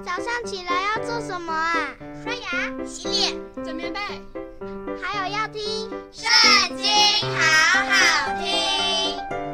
早上起来要做什么啊？ 刷牙、洗脸、 整棉被， 还有要听《 圣经》，好好听。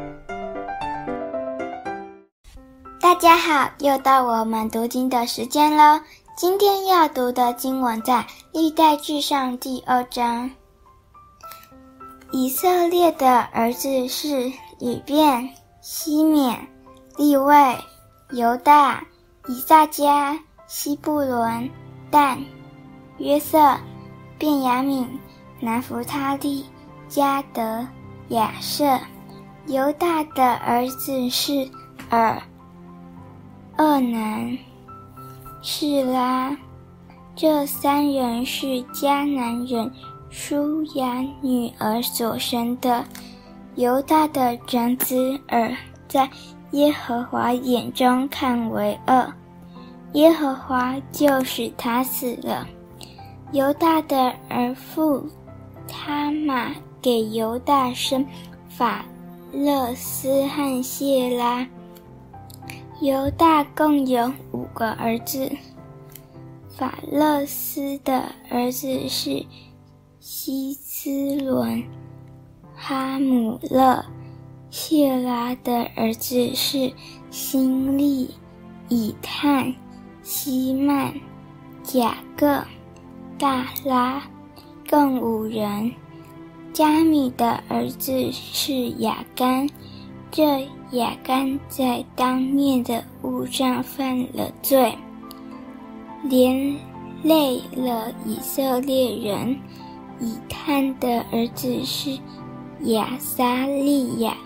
大家好，又到我们读经的时间了。今天要读的经文在历代志上第2章。以色列的儿子是以便、西缅、利未、犹大、以萨迦、西布伦、但、约瑟、便雅悯、拿弗他利、迦得、亚设。犹大的儿子是珥、厄南、示拉。这3人是迦南人舒雅女儿所生的。犹大的长子珥在耶和华眼中看为恶，耶和华就使他死了。犹大的儿妇他玛给犹大生法勒斯和谢拉。犹大共有5个儿子。法勒斯的儿子是希斯伦、哈姆勒。谢拉的儿子是辛利、以探、希曼、雅各、大拉，共5人。迦米的儿子是亚干，这亚干在当面的物上犯了罪，连累了以色列人。以探的儿子是亚撒利亚。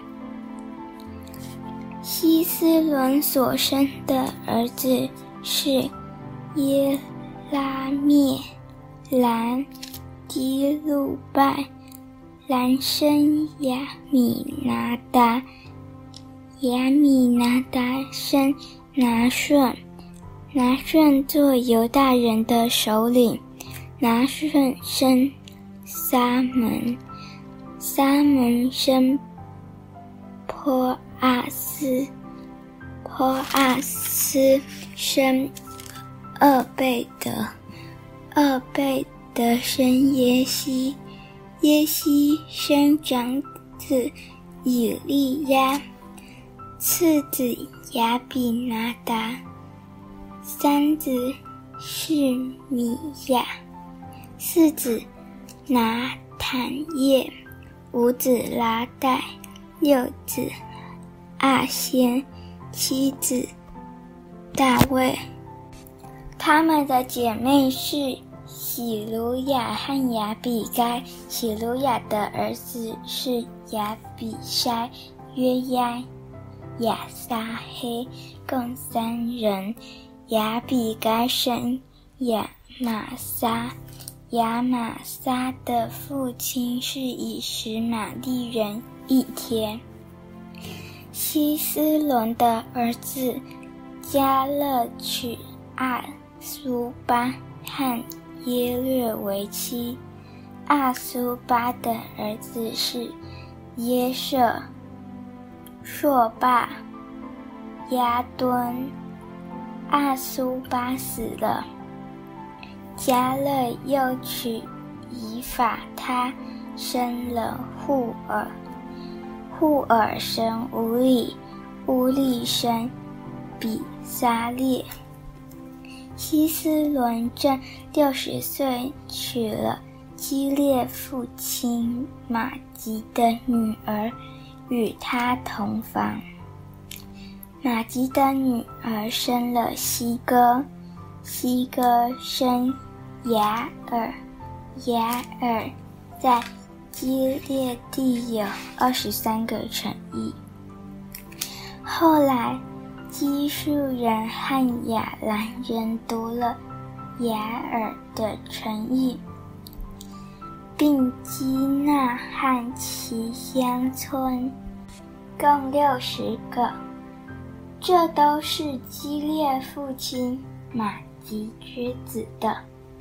希斯伦所生的儿子是耶拉灭、兰、基路拜。兰生亚米拿达，亚米拿达生拿顺，拿顺做犹大人的首领。拿顺生撒门，撒门生波阿斯，波阿斯生厄贝德，厄贝德生耶西，耶西生长子以利亚，次子亚比拿达，三子是米亚，四子拿坦叶，五子拉代，六子阿仙，七子大卫。他们的姐妹是喜鲁雅和亚比该。喜鲁雅的儿子是亚比筛、约押、亚撒黑，共3人。亚比该生亚玛撒，亚玛撒的父亲是以实玛利人以田。希斯伦的儿子迦勒娶阿苏巴和耶略为妻。阿苏巴的儿子是耶舍、朔巴、亚敦。阿苏巴死了，迦勒又娶以法他，生了户珥。户珥生乌利，乌利生比撒列。希斯伦正60岁，娶了基列父亲玛吉的女儿，与他同房。玛吉的女儿生了西哥，西哥生雅尔，雅尔在基列地有23个城邑。后来基述人和亚兰人夺了雅尔的城邑，并基纳和其乡村，共60个。这都是基列父亲玛吉之子的。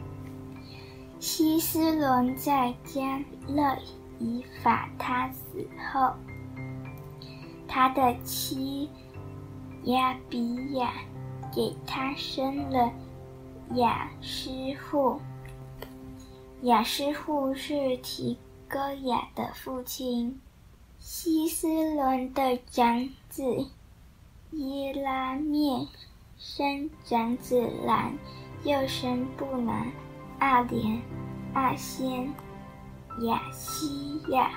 希斯伦在迦勒以法他死后，他的妻亚比亚给他生了雅施户。雅施户是提哥雅的父亲，希斯伦的长子耶拉面生长子兰，又生布拿、阿莲、阿仙、雅西亚。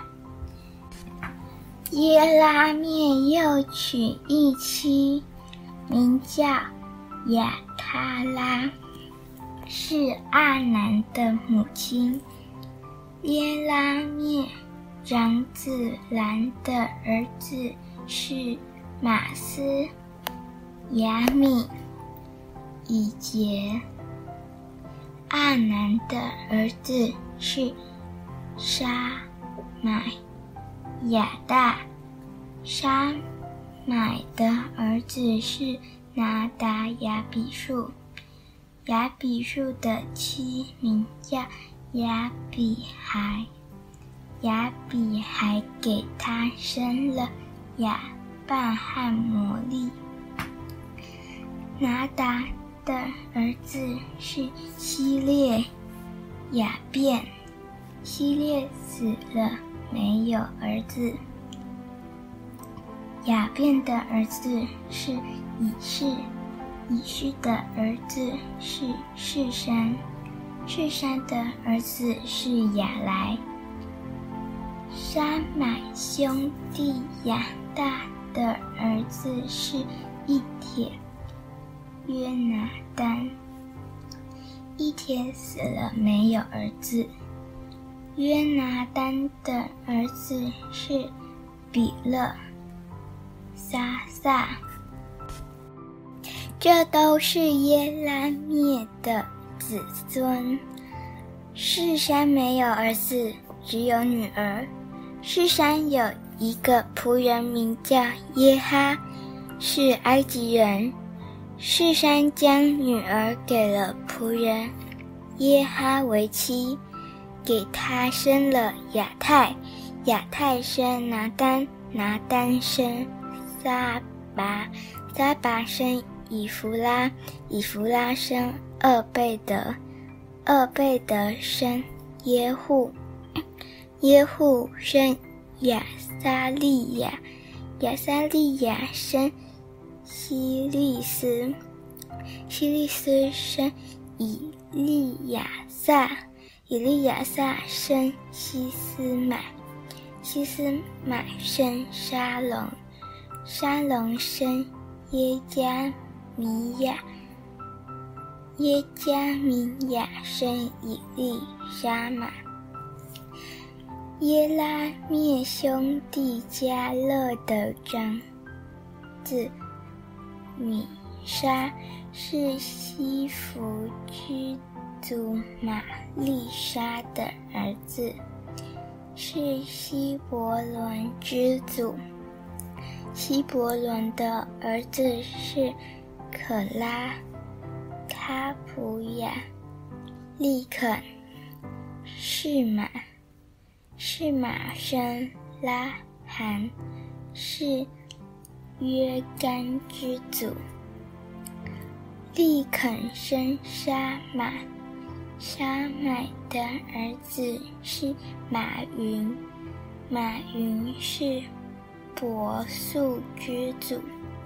耶拉面又娶一妻，名叫亚他拉，是阿南的母亲。耶拉面长子兰的儿子是马斯、亚米、以杰。阿南的儿子是沙买、亚大。沙买的儿子是拿达亚比树。亚比树的妻名叫亚比孩。亚比孩给他生了亚爸和摩利。拿达的儿子是希列、雅便。希列死了，没有儿子。雅便的儿子是以士。以士的儿子是士山。士山的儿子是亚来。沙买兄弟亚大的儿子是一帖、约拿单。一帖死了，没有儿子。约拿单的儿子是比勒、撒撒。这都是耶拉灭的子孙。士山没有儿子，只有女儿。士山有一个仆人名叫耶哈，是埃及人。士山将女儿给了仆人耶哈为妻，给他生了亚太。亚太生拿单，拿单生撒拔，撒拔生以弗拉，以弗拉生厄贝德，厄贝德生耶户，耶户生亚撒利亚，亚撒利亚生希利斯，希利斯生以利亚撒，以利亚撒生希斯买，希斯买生沙龙，沙龙生耶加米亚，耶加米亚生以利沙玛。耶拉灭兄弟迦勒的长子米沙是西弗居族玛丽莎的儿子，是希伯伦之祖。希伯伦的儿子是可拉、卡普亚、利肯、士玛。士玛生拉罕，是约干之祖。利肯生沙玛，沙买的儿子是马云，马云是伯素之祖。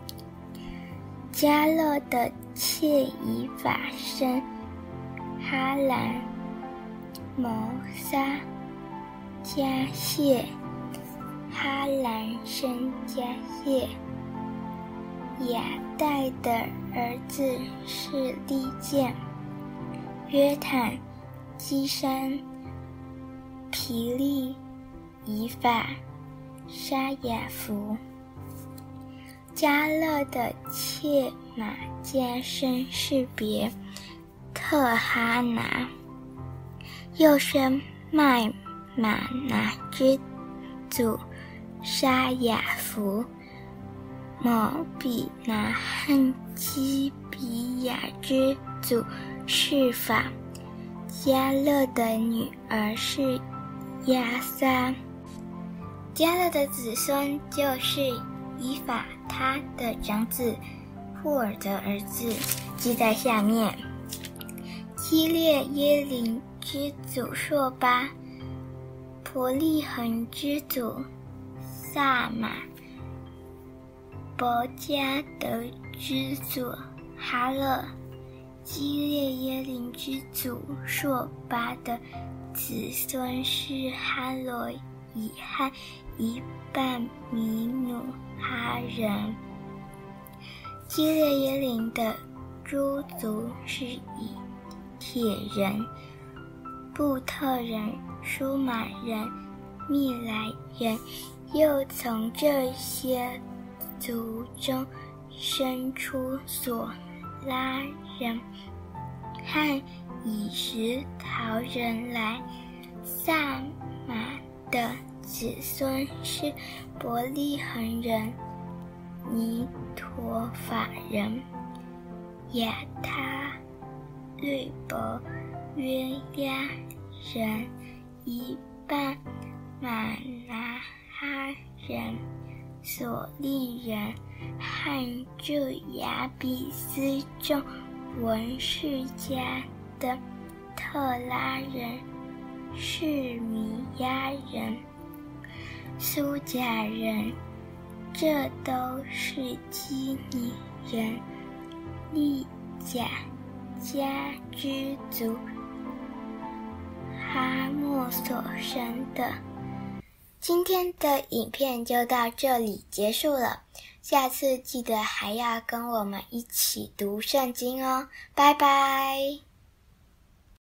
迦勒的妾以法生哈兰、谋撒、迦谢。哈兰生迦谢。亚代的儿子是利剑、约坦、基珊、皮利、以法、沙雅弗。迦勒的妾玛迦生是别特哈拿，又生麦玛拿之祖沙雅弗。某比拿和基比亚之祖是法。迦勒的女儿是亚撒。迦勒的子孙就是以法他的长子霍尔的儿子，记在下面。基列耶琳之祖朔巴，伯利恒之祖萨马，伯加德之祖哈勒，基列耶琳之祖朔巴的子孙是哈罗以和一半米努哈人。基列耶琳的诸族是以铁人、布特人、舒马人、密来人，又从这些族中生出索拉人和以实陶人来。萨马的子孙是伯利恒人、尼陀法人、亚他律伯约亚人、一半马拿哈人、索利人和住亚比斯众文士家的特拉人、示米亚人、苏甲人，这都是基尼人利甲家之族哈莫所生的。今天的影片就到这里结束了，下次记得还要跟我们一起读圣经哦，拜拜。